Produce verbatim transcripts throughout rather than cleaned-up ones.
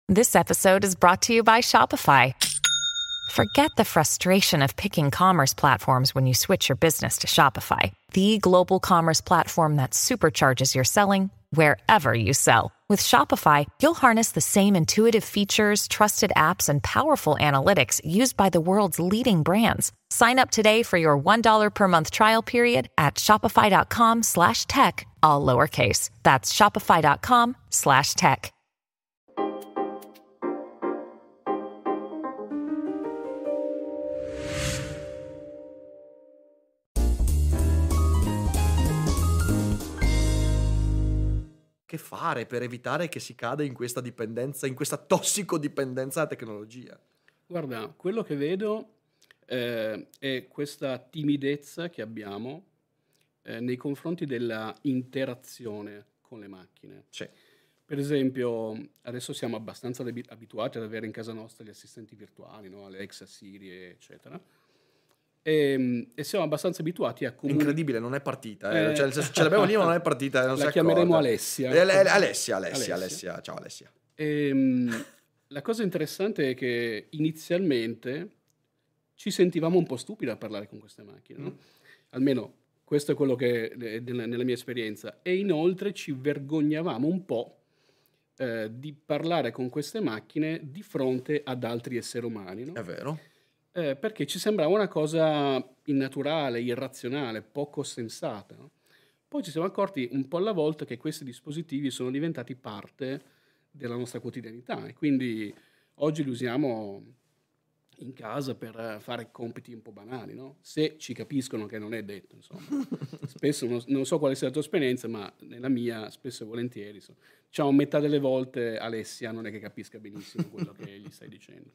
This episode is brought to you by Shopify. Forget the frustration of picking commerce platforms when you switch your business to Shopify, the global commerce platform that supercharges your selling wherever you sell. With Shopify, you'll harness the same intuitive features, trusted apps, and powerful analytics used by the world's leading brands. Sign up today for your one dollar per month trial period at shopify.com slash tech, all lowercase. That's shopify.com slash tech. Che fare per evitare che si cada in questa dipendenza, in questa tossicodipendenza alla tecnologia? Guarda, quello che vedo eh, è questa timidezza che abbiamo eh, nei confronti della interazione con le macchine. Sì. Per esempio, adesso siamo abbastanza abituati ad avere in casa nostra gli assistenti virtuali, no? Alexa, Siri, eccetera. E, e siamo abbastanza abituati a comunicare. Incredibile, non è partita, eh. Cioè, ce l'abbiamo lì ma non è partita, non la si chiameremo accorge. Alessia. Eh, Alessia, Alessia, Alessia, Alessia, ciao Alessia. E, la cosa interessante è che inizialmente ci sentivamo un po' stupidi a parlare con queste macchine, no? Almeno questo è quello che nella, nella mia esperienza. E inoltre ci vergognavamo un po' eh, di parlare con queste macchine di fronte ad altri esseri umani, no? È vero. Eh, perché ci sembrava una cosa innaturale, irrazionale, poco sensata, no? Poi ci siamo accorti un po' alla volta che questi dispositivi sono diventati parte della nostra quotidianità e quindi oggi li usiamo in casa per fare compiti un po' banali, no? Se ci capiscono, che non è detto, insomma. Spesso, non, non so quale sia la tua esperienza, ma nella mia spesso e volentieri, insomma, diciamo metà delle volte Alessia non è che capisca benissimo quello che gli stai dicendo.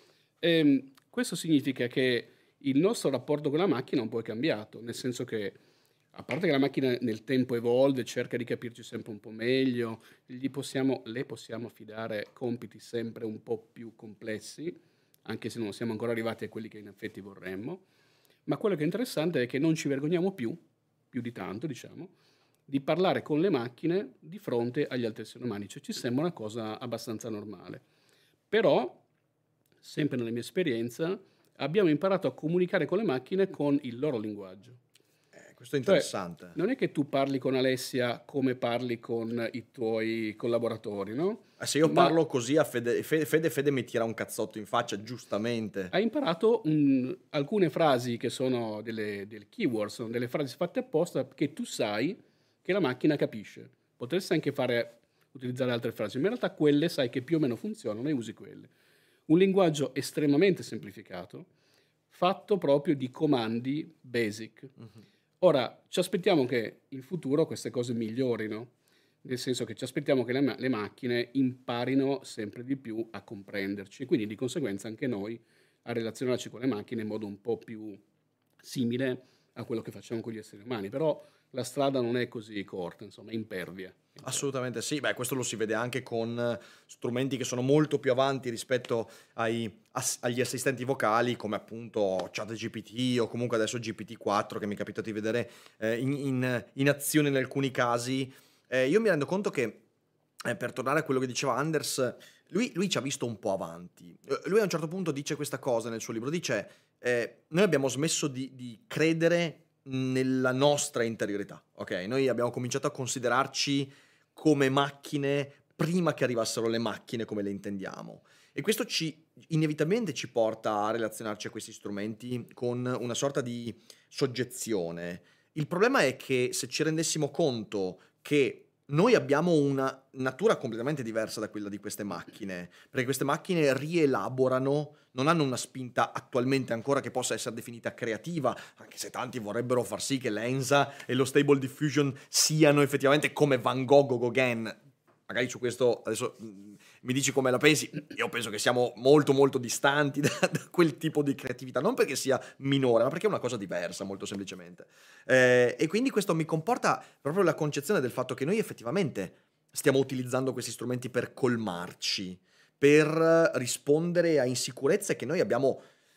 E questo significa che il nostro rapporto con la macchina un po' è cambiato, nel senso che, a parte che la macchina nel tempo evolve, cerca di capirci sempre un po' meglio, gli possiamo, le possiamo affidare compiti sempre un po' più complessi, anche se non siamo ancora arrivati a quelli che in effetti vorremmo, ma quello che è interessante è che non ci vergogniamo più, più di tanto, diciamo, di parlare con le macchine di fronte agli altri esseri umani, cioè ci sembra una cosa abbastanza normale. Però, sempre nella mia esperienza, abbiamo imparato a comunicare con le macchine con il loro linguaggio. Eh, questo è interessante. Cioè, non è che tu parli con Alessia come parli con i tuoi collaboratori, no? Eh, se io Ma parlo così a Fede, Fede, Fede, Fede mi tira un cazzotto in faccia, giustamente. hai imparato un, alcune frasi che sono delle, delle keywords, sono delle frasi fatte apposta che tu sai che la macchina capisce. Potresti anche fare, utilizzare altre frasi, ma in realtà quelle sai che più o meno funzionano e usi quelle. Un linguaggio estremamente semplificato, fatto proprio di comandi basic. Uh-huh. Ora, ci aspettiamo che in futuro queste cose migliorino, nel senso che ci aspettiamo che le, ma- le macchine imparino sempre di più a comprenderci e quindi di conseguenza anche noi a relazionarci con le macchine in modo un po' più simile a quello che facciamo con gli esseri umani. Però la strada non è così corta, insomma, è impervia. Assolutamente sì, beh, questo lo si vede anche con strumenti che sono molto più avanti rispetto ai, ass- agli assistenti vocali, come appunto ChatGPT o comunque adesso G P T quattro, che mi è capitato di vedere eh, in, in, in azione in alcuni casi. Eh, io mi rendo conto che, eh, per tornare a quello che diceva Anders, lui, lui ci ha visto un po' avanti. Eh, lui a un certo punto dice questa cosa nel suo libro, dice eh, noi abbiamo smesso di, di credere nella nostra interiorità, ok? Noi abbiamo cominciato a considerarci come macchine prima che arrivassero le macchine come le intendiamo, e questo ci inevitabilmente ci porta a relazionarci a questi strumenti con una sorta di soggezione. Il problema è che se ci rendessimo conto che noi abbiamo una natura completamente diversa da quella di queste macchine, perché queste macchine rielaborano, non hanno una spinta attualmente ancora che possa essere definita creativa, anche se tanti vorrebbero far sì che l'Ensa e lo Stable Diffusion siano effettivamente come Van Gogh o Gauguin. Magari su questo adesso mh, mi dici come la pensi. Io penso che siamo molto molto distanti da, da quel tipo di creatività, non perché sia minore, ma perché è una cosa diversa, molto semplicemente. Eh, e quindi questo mi comporta proprio la concezione del fatto che noi effettivamente stiamo utilizzando questi strumenti per colmarci, per rispondere a insicurezze che noi abbiamo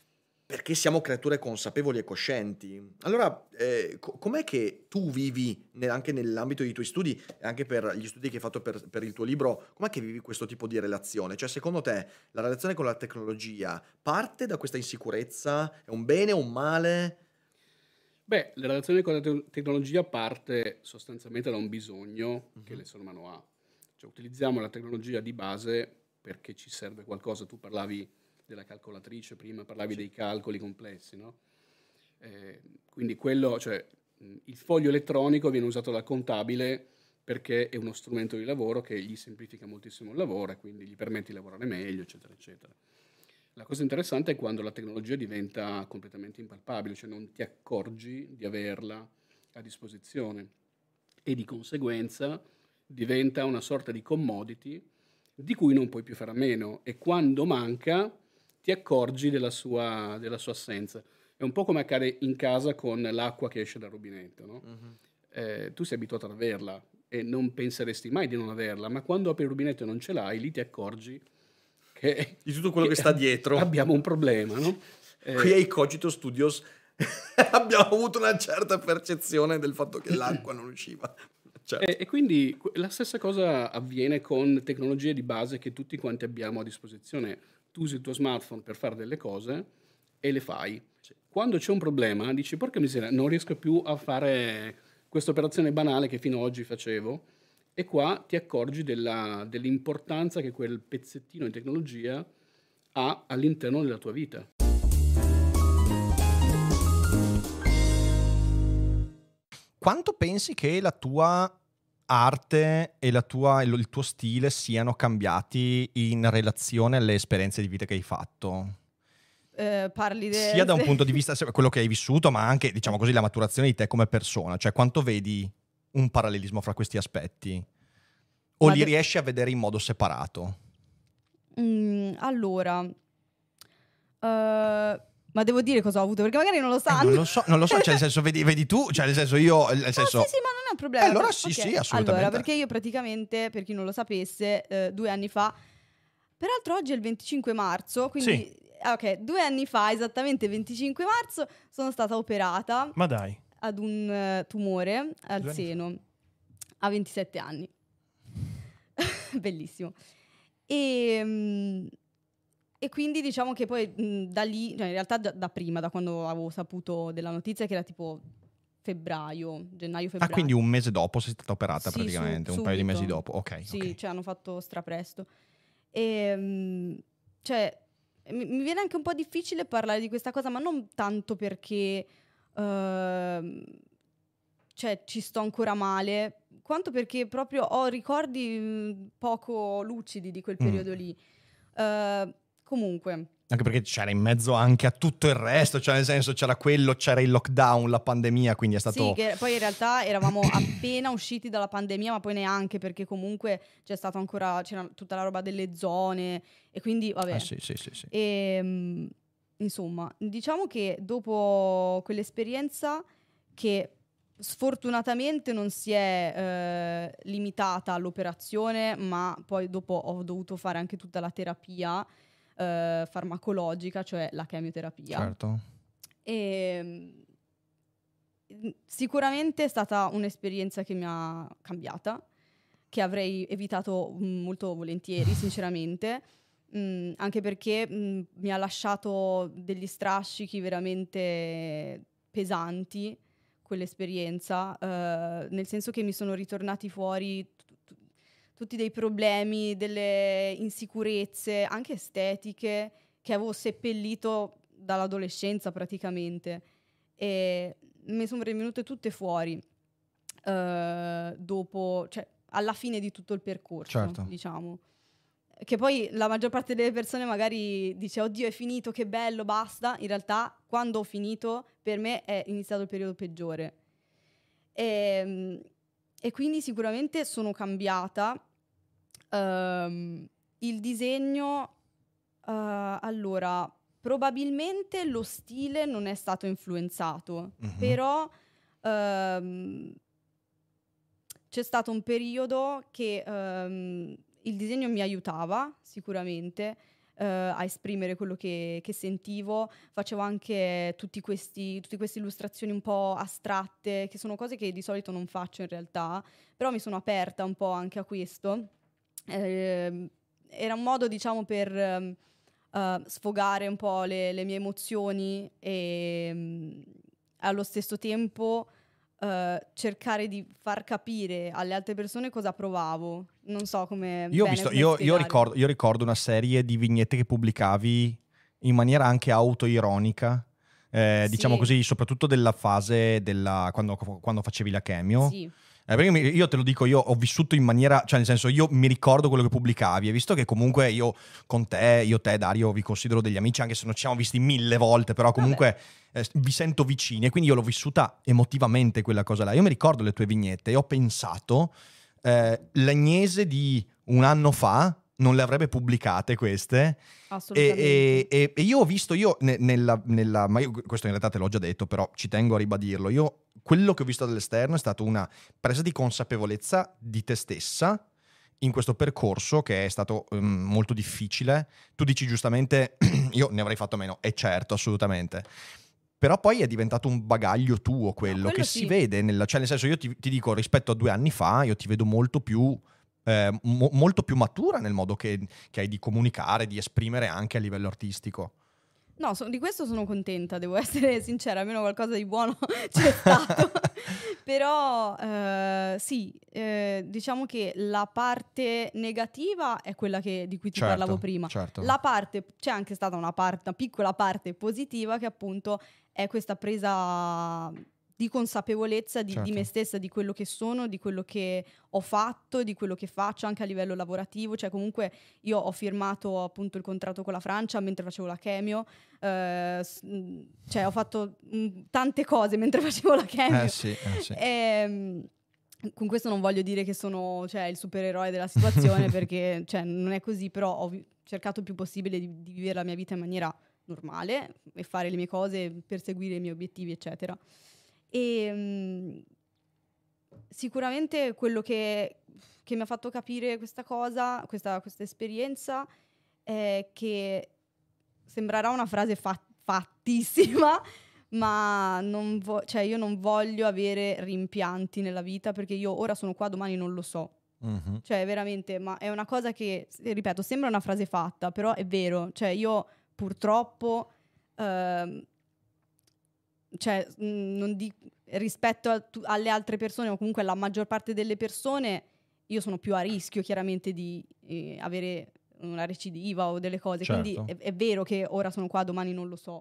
perché siamo creature consapevoli e coscienti. Allora, eh, co- com'è che tu vivi ne- anche nell'ambito dei tuoi studi e anche per gli studi che hai fatto per, per il tuo libro, com'è che vivi questo tipo di relazione? Cioè, secondo te, la relazione con la tecnologia parte da questa insicurezza? È un bene, un male? Beh, la relazione con la te- tecnologia parte sostanzialmente da un bisogno che Mhm. l'essere umano ha. Cioè, utilizziamo la tecnologia di base perché ci serve qualcosa. Tu parlavi della calcolatrice prima, parlavi Sì. dei calcoli complessi, no? Eh, quindi quello, cioè, mh, il foglio elettronico viene usato dal contabile perché è uno strumento di lavoro che gli semplifica moltissimo il lavoro e quindi gli permette di lavorare meglio, eccetera, eccetera. La cosa interessante è quando la tecnologia diventa completamente impalpabile, cioè non ti accorgi di averla a disposizione e di conseguenza diventa una sorta di commodity di cui non puoi più fare a meno e quando manca ti accorgi della sua, della sua assenza. È un po' come accade in casa con l'acqua che esce dal rubinetto, no? Mhm. Eh, tu sei abituato ad averla e non penseresti mai di non averla, ma quando apri il rubinetto e non ce l'hai, lì ti accorgi che, Di tutto quello che che sta dietro. abbiamo un problema, no? Qui Eh, ai Cogito Studios abbiamo avuto una certa percezione del fatto che l'acqua non usciva. Certo. E, e quindi que- la stessa cosa avviene con tecnologie di base che tutti quanti abbiamo a disposizione. Tu usi il tuo smartphone per fare delle cose e le fai. Sì. Quando c'è un problema, dici, porca miseria, non riesco più a fare questa operazione banale che fino ad oggi facevo. E qua ti accorgi della- dell'importanza che quel pezzettino di tecnologia ha all'interno della tua vita. Quanto pensi che la tua arte e la tua, il il tuo stile siano cambiati in relazione alle esperienze di vita che hai fatto? Eh, parli de- Sia da un se- punto di vista, se- quello che hai vissuto, ma anche, diciamo così, la maturazione di te come persona. Cioè, quanto vedi un parallelismo fra questi aspetti? O Ma li de- riesci a vedere in modo separato? Mm, allora, eh, ma devo dire cosa ho avuto perché magari non lo Eh, sanno. non lo so, non lo so, cioè nel senso vedi, vedi tu, cioè nel senso io, nel No, senso... sì, sì, ma non è un problema. Eh, allora per- sì, ok. sì, assolutamente. Allora, perché io praticamente, per chi non lo sapesse, eh, due anni fa, peraltro oggi è il venticinque marzo, quindi, Sì. ah, ok, due anni fa, esattamente venticinque marzo, sono stata operata Ma dai. ad un eh, tumore al Due anni fa. seno a ventisette anni. Bellissimo. E, mm, e quindi diciamo che poi mh, da lì, cioè in realtà da, da prima, da quando avevo saputo della notizia, che era tipo febbraio, gennaio-febbraio. Ah, quindi un mese dopo sei stata operata Sì, praticamente, su- un paio di mesi subito. dopo. Ok, Sì, ok. cioè hanno fatto strapresto. E mh, cioè mi, mi viene anche un po' difficile parlare di questa cosa, ma non tanto perché ehm, cioè ci sto ancora male, quanto perché proprio ho ricordi mh, poco lucidi di quel Mm. periodo lì. Eh, comunque, Anche perché c'era in mezzo anche a tutto il resto, cioè nel senso c'era quello, c'era il lockdown, la pandemia, quindi è stato... sì, che poi in realtà eravamo appena usciti dalla pandemia, ma poi neanche perché comunque c'è stato ancora, c'era tutta la roba delle zone e quindi vabbè. Eh sì, sì, sì, sì. E, mm, insomma, diciamo che dopo quell'esperienza che sfortunatamente non si è eh, limitata all'operazione, ma poi dopo ho dovuto fare anche tutta la terapia eh, farmacologica, cioè la chemioterapia. Certo. E mm, sicuramente è stata un'esperienza che mi ha cambiata, che avrei evitato mm, molto volentieri, sinceramente. Mm, anche perché mm, mi ha lasciato degli strascichi veramente pesanti quell'esperienza, eh, nel senso che mi sono ritornati fuori t- t- tutti dei problemi, delle insicurezze, anche estetiche, che avevo seppellito dall'adolescenza praticamente. E mi sono rinvenute tutte fuori eh, dopo, cioè alla fine di tutto il percorso, Certo. diciamo. Che poi la maggior parte delle persone magari dice oddio è finito, che bello, basta. In realtà quando ho finito per me è iniziato il periodo peggiore. E, e quindi sicuramente sono cambiata. Ehm, il disegno, eh, allora, probabilmente lo stile non è stato influenzato, Mhm. però ehm, c'è stato un periodo che ehm, il disegno mi aiutava sicuramente, eh, a esprimere quello che, che sentivo. Facevo anche tutti questi, tutte queste illustrazioni un po' astratte, che sono cose che di solito non faccio in realtà, però mi sono aperta un po' anche a questo. Eh, era un modo, diciamo, per um, uh, sfogare un po' le, le mie emozioni e um, allo stesso tempo uh, cercare di far capire alle altre persone cosa provavo. Non so come Io, ho bene visto, come io, io, spiegare. ricordo, io ricordo una serie di vignette che pubblicavi in maniera anche autoironica, eh, Sì. diciamo così, soprattutto della fase della, quando, quando facevi la cameo. Sì. Eh, perché mi- io te lo dico, io ho vissuto in maniera, cioè nel senso, io mi ricordo quello che pubblicavi, e visto che comunque io con te, io te Dario vi considero degli amici, anche se non ci siamo visti mille volte, però comunque eh, vi sento vicini, e quindi io l'ho vissuta emotivamente quella cosa là. Io mi ricordo le tue vignette e ho pensato, eh, l'Agnese di un anno fa non le avrebbe pubblicate queste. Assolutamente. E, e- e io ho visto, io ne- nella, nella, ma io questo in realtà te l'ho già detto, però ci tengo a ribadirlo, io quello che ho visto dall'esterno è stata una presa di consapevolezza di te stessa in questo percorso che è stato um, molto difficile. Tu dici giustamente, io ne avrei fatto meno, e certo, assolutamente. Però poi è diventato un bagaglio tuo quello, quello che sì. si vede, nella, cioè nel senso, io ti, ti dico, rispetto a due anni fa, io ti vedo molto più, eh, mo- molto più matura nel modo che, che hai di comunicare, di esprimere anche a livello artistico. No, so- di questo sono contenta, devo essere sincera, almeno qualcosa di buono c'è stato. Però eh, sì, eh, diciamo che la parte negativa è quella che- di cui ti Certo, parlavo prima. certo. La parte, c'è anche stata una, parte, una piccola parte positiva che appunto è questa presa di consapevolezza di, Certo. di me stessa, di quello che sono, di quello che ho fatto, di quello che faccio anche a livello lavorativo. Cioè comunque io ho firmato appunto il contratto con la Francia mentre facevo la cameo, eh, s- mh, cioè ho fatto mh, tante cose mentre facevo la cameo. Eh sì, eh sì. Ehm, con questo non voglio dire che sono, cioè, il supereroe della situazione perché cioè, non è così, però ho vi- cercato il più possibile di, di vivere la mia vita in maniera normale e fare le mie cose, perseguire i miei obiettivi, eccetera. E mh, sicuramente quello che, che mi ha fatto capire questa cosa, questa, questa esperienza, è che sembrerà una frase fa- fattissima, ma non vo- cioè io non voglio avere rimpianti nella vita perché io ora sono qua, domani non lo so. Mhm. Cioè veramente, ma è una cosa che, ripeto, sembra una frase fatta, però è vero. Cioè io purtroppo, ehm, cioè, mh, non di- rispetto a tu- alle altre persone o comunque alla maggior parte delle persone, io sono più a rischio chiaramente di eh, avere una recidiva o delle cose. Certo. Quindi è, è vero che ora sono qua, domani non lo so.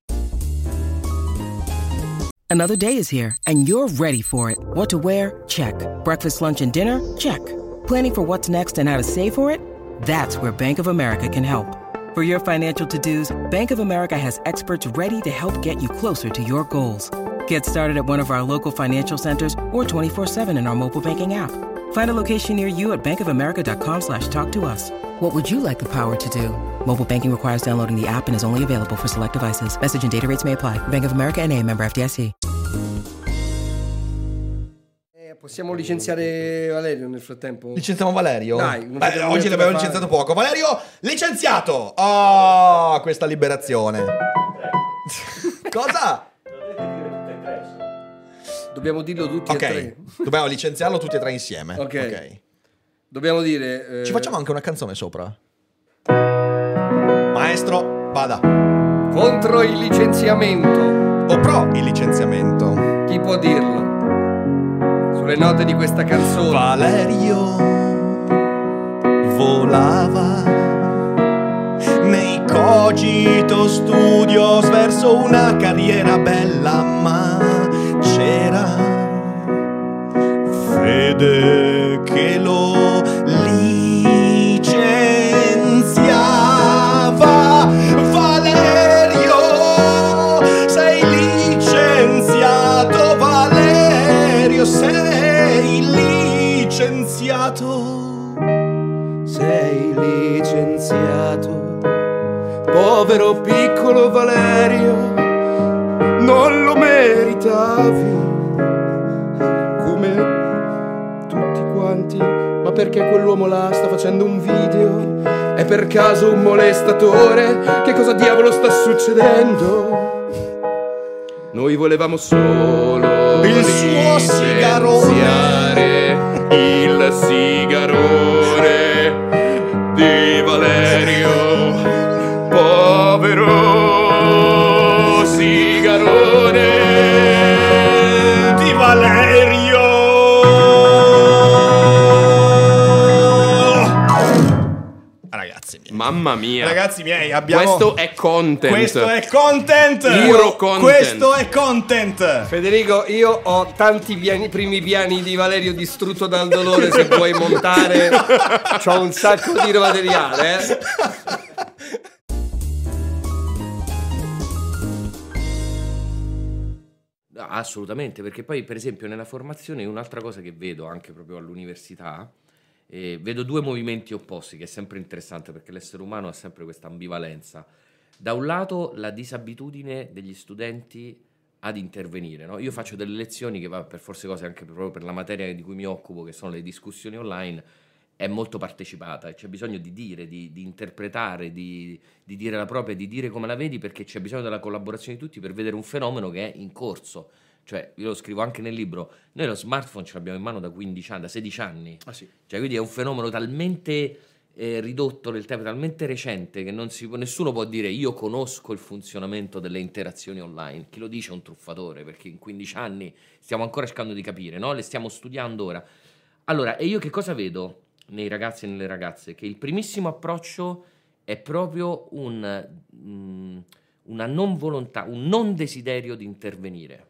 Another day is here, and you're ready for it. What to wear? Check. Breakfast, lunch, and dinner? Check. Planning for what's next and how to save for it? That's where Bank of America can help. For your financial to-dos, Bank of America has experts ready to help get you closer to your goals. Get started at one of our local financial centers or twenty-four seven in our mobile banking app. Find a location near you at bankofamerica.com slash talk to us. What would you like the power to do? Mobile banking requires downloading the app and is only available for select devices. Message and data rates may apply. Bank of America N A, member F D I C. Eh, possiamo licenziare Valerio nel frattempo? Licenziamo Valerio? Dai, non Beh, c'è oggi niente l'abbiamo da licenziato fare. poco. Valerio, licenziato! Oh, questa liberazione. Cosa? Dobbiamo dirlo tutti Ok, e tre. dobbiamo licenziarlo tutti e tre insieme. Ok. Dobbiamo dire... eh, Ci facciamo anche una canzone sopra? Maestro, vada. Contro il licenziamento. O pro il licenziamento. Chi può dirlo? Sulle note di questa canzone. Valerio volava nei Cogito Studios verso una carriera bella, ma c'era Fede che lo licenziava. Valerio, sei licenziato. Valerio, sei licenziato. Sei licenziato. Povero piccolo Valerio, non lo meritavi come tutti quanti. Ma perché quell'uomo là sta facendo un video È per caso un molestatore? Che cosa diavolo sta succedendo? Noi volevamo solo il suo licenziare il sigarone di Valerio, povero sigarone di Valerio. Ragazzi miei. Mamma mia. Ragazzi miei, abbiamo... Questo è content. Questo è content. Puro content. Questo è content. Federico, io ho tanti piani, primi piani di Valerio distrutto dal dolore, se puoi montare. C'ho un sacco di materiale, eh. No, assolutamente, perché poi per esempio nella formazione un'altra cosa che vedo anche proprio all'università, eh, vedo due movimenti opposti, che è sempre interessante perché l'essere umano ha sempre questa ambivalenza. Da un lato la disabitudine degli studenti ad intervenire, no? Io faccio delle lezioni che va per forze cose anche proprio per la materia di cui mi occupo, che sono le discussioni online, è molto partecipata e c'è bisogno di dire, di, di interpretare, di, di dire la propria, di dire come la vedi, perché c'è bisogno della collaborazione di tutti per vedere un fenomeno che è in corso. Cioè, io lo scrivo anche nel libro, noi lo smartphone ce l'abbiamo in mano da quindici anni, da sedici anni. Ah, sì. Cioè, quindi è un fenomeno talmente eh, ridotto nel tempo, talmente recente, che non si, nessuno può dire io conosco il funzionamento delle interazioni online. Chi lo dice è un truffatore, perché in quindici anni stiamo ancora cercando di capire, no? Le stiamo studiando ora. Allora, e io che cosa vedo nei ragazzi e nelle ragazze? Che il primissimo approccio è proprio un, um, una non volontà, un non desiderio di intervenire,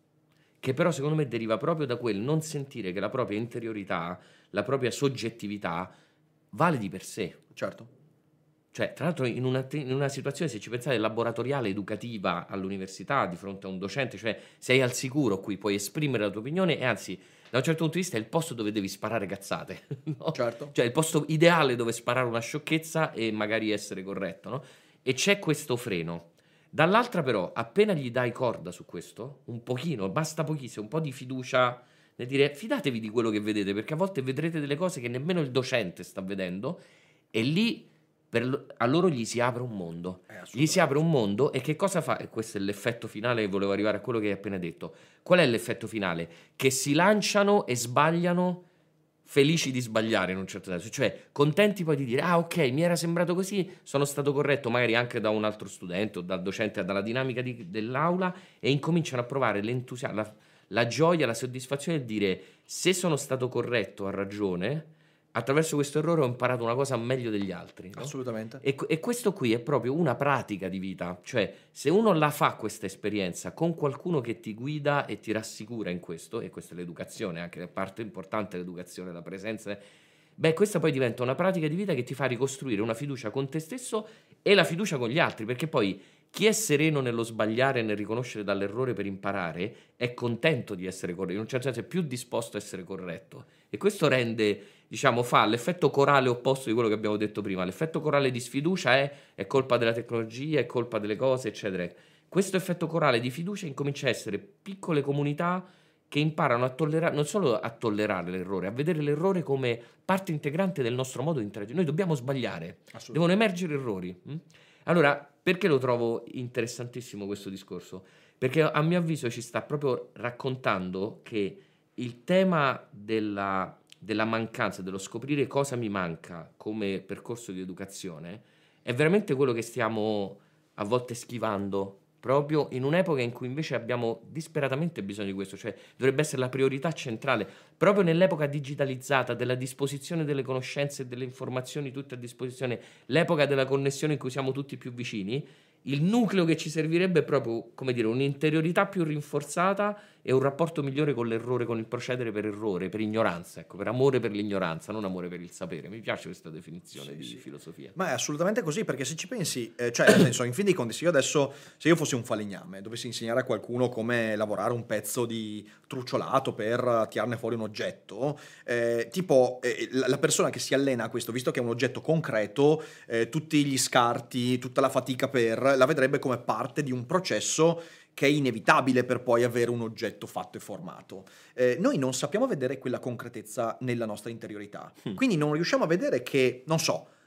che però secondo me deriva proprio da quel non sentire che la propria interiorità, la propria soggettività vale di per sé. Certo. Cioè, tra l'altro in una, in una situazione, se ci pensate, laboratoriale, educativa all'università, di fronte a un docente, cioè sei al sicuro qui, puoi esprimere la tua opinione e anzi, da un certo punto di vista è il posto dove devi sparare cazzate, no? Certo. Cioè il posto ideale dove sparare una sciocchezza e magari essere corretto, no? E c'è questo freno. Dall'altra però, appena gli dai corda su questo, un pochino, basta pochissimo, un po' di fiducia nel dire fidatevi di quello che vedete, perché a volte vedrete delle cose che nemmeno il docente sta vedendo e lì per lo, a loro gli si apre un mondo. Eh, gli si apre un mondo e che cosa fa? E questo è l'effetto finale, volevo arrivare a quello che hai appena detto. Qual è l'effetto finale? Che si lanciano e sbagliano felici di sbagliare in un certo senso, cioè contenti poi di dire ah ok, mi era sembrato così, sono stato corretto magari anche da un altro studente o dal docente, dalla dinamica di, dell'aula, e incominciano a provare l'entusiasmo, la, la gioia, la soddisfazione di dire se sono stato corretto, ha ragione, attraverso questo errore ho imparato una cosa meglio degli altri, no? Assolutamente. E, e questo qui è proprio una pratica di vita, cioè se uno la fa questa esperienza con qualcuno che ti guida e ti rassicura in questo, e questa è l'educazione, anche parte importante dell'educazione, la presenza, beh questa poi diventa una pratica di vita che ti fa ricostruire una fiducia con te stesso e la fiducia con gli altri, perché poi chi è sereno nello sbagliare e nel riconoscere dall'errore per imparare è contento di essere corretto, in un certo senso è più disposto a essere corretto, e questo rende, diciamo, fa l'effetto corale opposto di quello che abbiamo detto prima. L'effetto corale di sfiducia è, è colpa della tecnologia, è colpa delle cose, eccetera. Questo effetto corale di fiducia incomincia a essere piccole comunità che imparano a tollerare, non solo a tollerare l'errore, a vedere l'errore come parte integrante del nostro modo di interagire. Noi dobbiamo sbagliare, devono emergere errori. Hm? Allora, perché lo trovo interessantissimo questo discorso? Perché a mio avviso ci sta proprio raccontando che il tema della, della mancanza, dello scoprire cosa mi manca come percorso di educazione, è veramente quello che stiamo a volte schivando, proprio in un'epoca in cui invece abbiamo disperatamente bisogno di questo, cioè dovrebbe essere la priorità centrale, proprio nell'epoca digitalizzata, della disposizione delle conoscenze e delle informazioni tutte a disposizione, l'epoca della connessione in cui siamo tutti più vicini. Il nucleo che ci servirebbe è proprio, come dire, un'interiorità più rinforzata e un rapporto migliore con l'errore, con il procedere per errore, per ignoranza, ecco, per amore per l'ignoranza, non amore per il sapere. Mi piace questa definizione sì, di sì. filosofia. Ma è assolutamente così, perché se ci pensi, eh, cioè nel senso, in fin dei conti, se io adesso, se io fossi un falegname, dovessi insegnare a qualcuno come lavorare un pezzo di trucciolato per tirarne fuori un oggetto, eh, tipo eh, la persona che si allena a questo, visto che è un oggetto concreto, eh, tutti gli scarti, tutta la fatica per, la vedrebbe come parte di un processo che è inevitabile per poi avere un oggetto fatto e formato. Eh, noi non sappiamo vedere quella concretezza nella nostra interiorità, mm. quindi non riusciamo a vedere che, non so,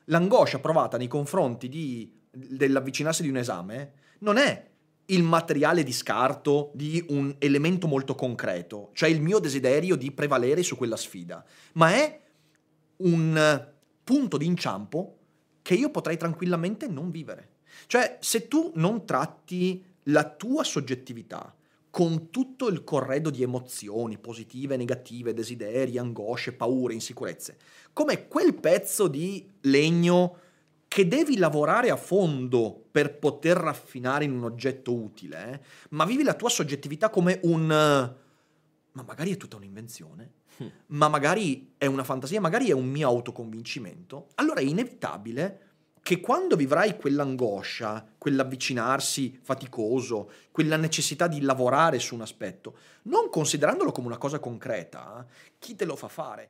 l'angoscia provata nei confronti di, dell'avvicinarsi di un esame non è il materiale di scarto di un elemento molto concreto, cioè il mio desiderio di prevalere su quella sfida, ma è un punto di inciampo che io potrei tranquillamente non vivere. Cioè, se tu non tratti la tua soggettività con tutto il corredo di emozioni positive, negative, desideri, angosce, paure, insicurezze, come quel pezzo di legno che devi lavorare a fondo per poter raffinare in un oggetto utile, eh? ma vivi la tua soggettività come un... ma magari è tutta un'invenzione, mm. ma magari è una fantasia, magari è un mio autoconvincimento, allora è inevitabile che quando vivrai quell'angoscia, quell'avvicinarsi faticoso, quella necessità di lavorare su un aspetto, non considerandolo come una cosa concreta, chi te lo fa fare?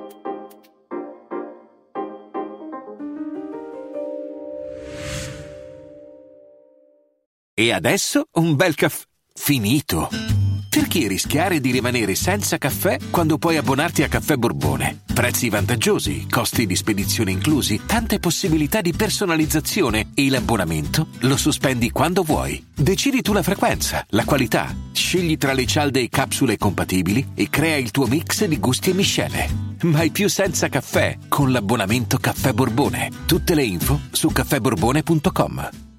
E adesso un bel caffè finito. Perché rischiare di rimanere senza caffè quando puoi abbonarti a Caffè Borbone? Prezzi vantaggiosi, costi di spedizione inclusi, tante possibilità di personalizzazione e l'abbonamento lo sospendi quando vuoi. Decidi tu la frequenza, la qualità, scegli tra le cialde e capsule compatibili e crea il tuo mix di gusti e miscele. Mai più senza caffè con l'abbonamento Caffè Borbone. Tutte le info su caffè borbone punto com.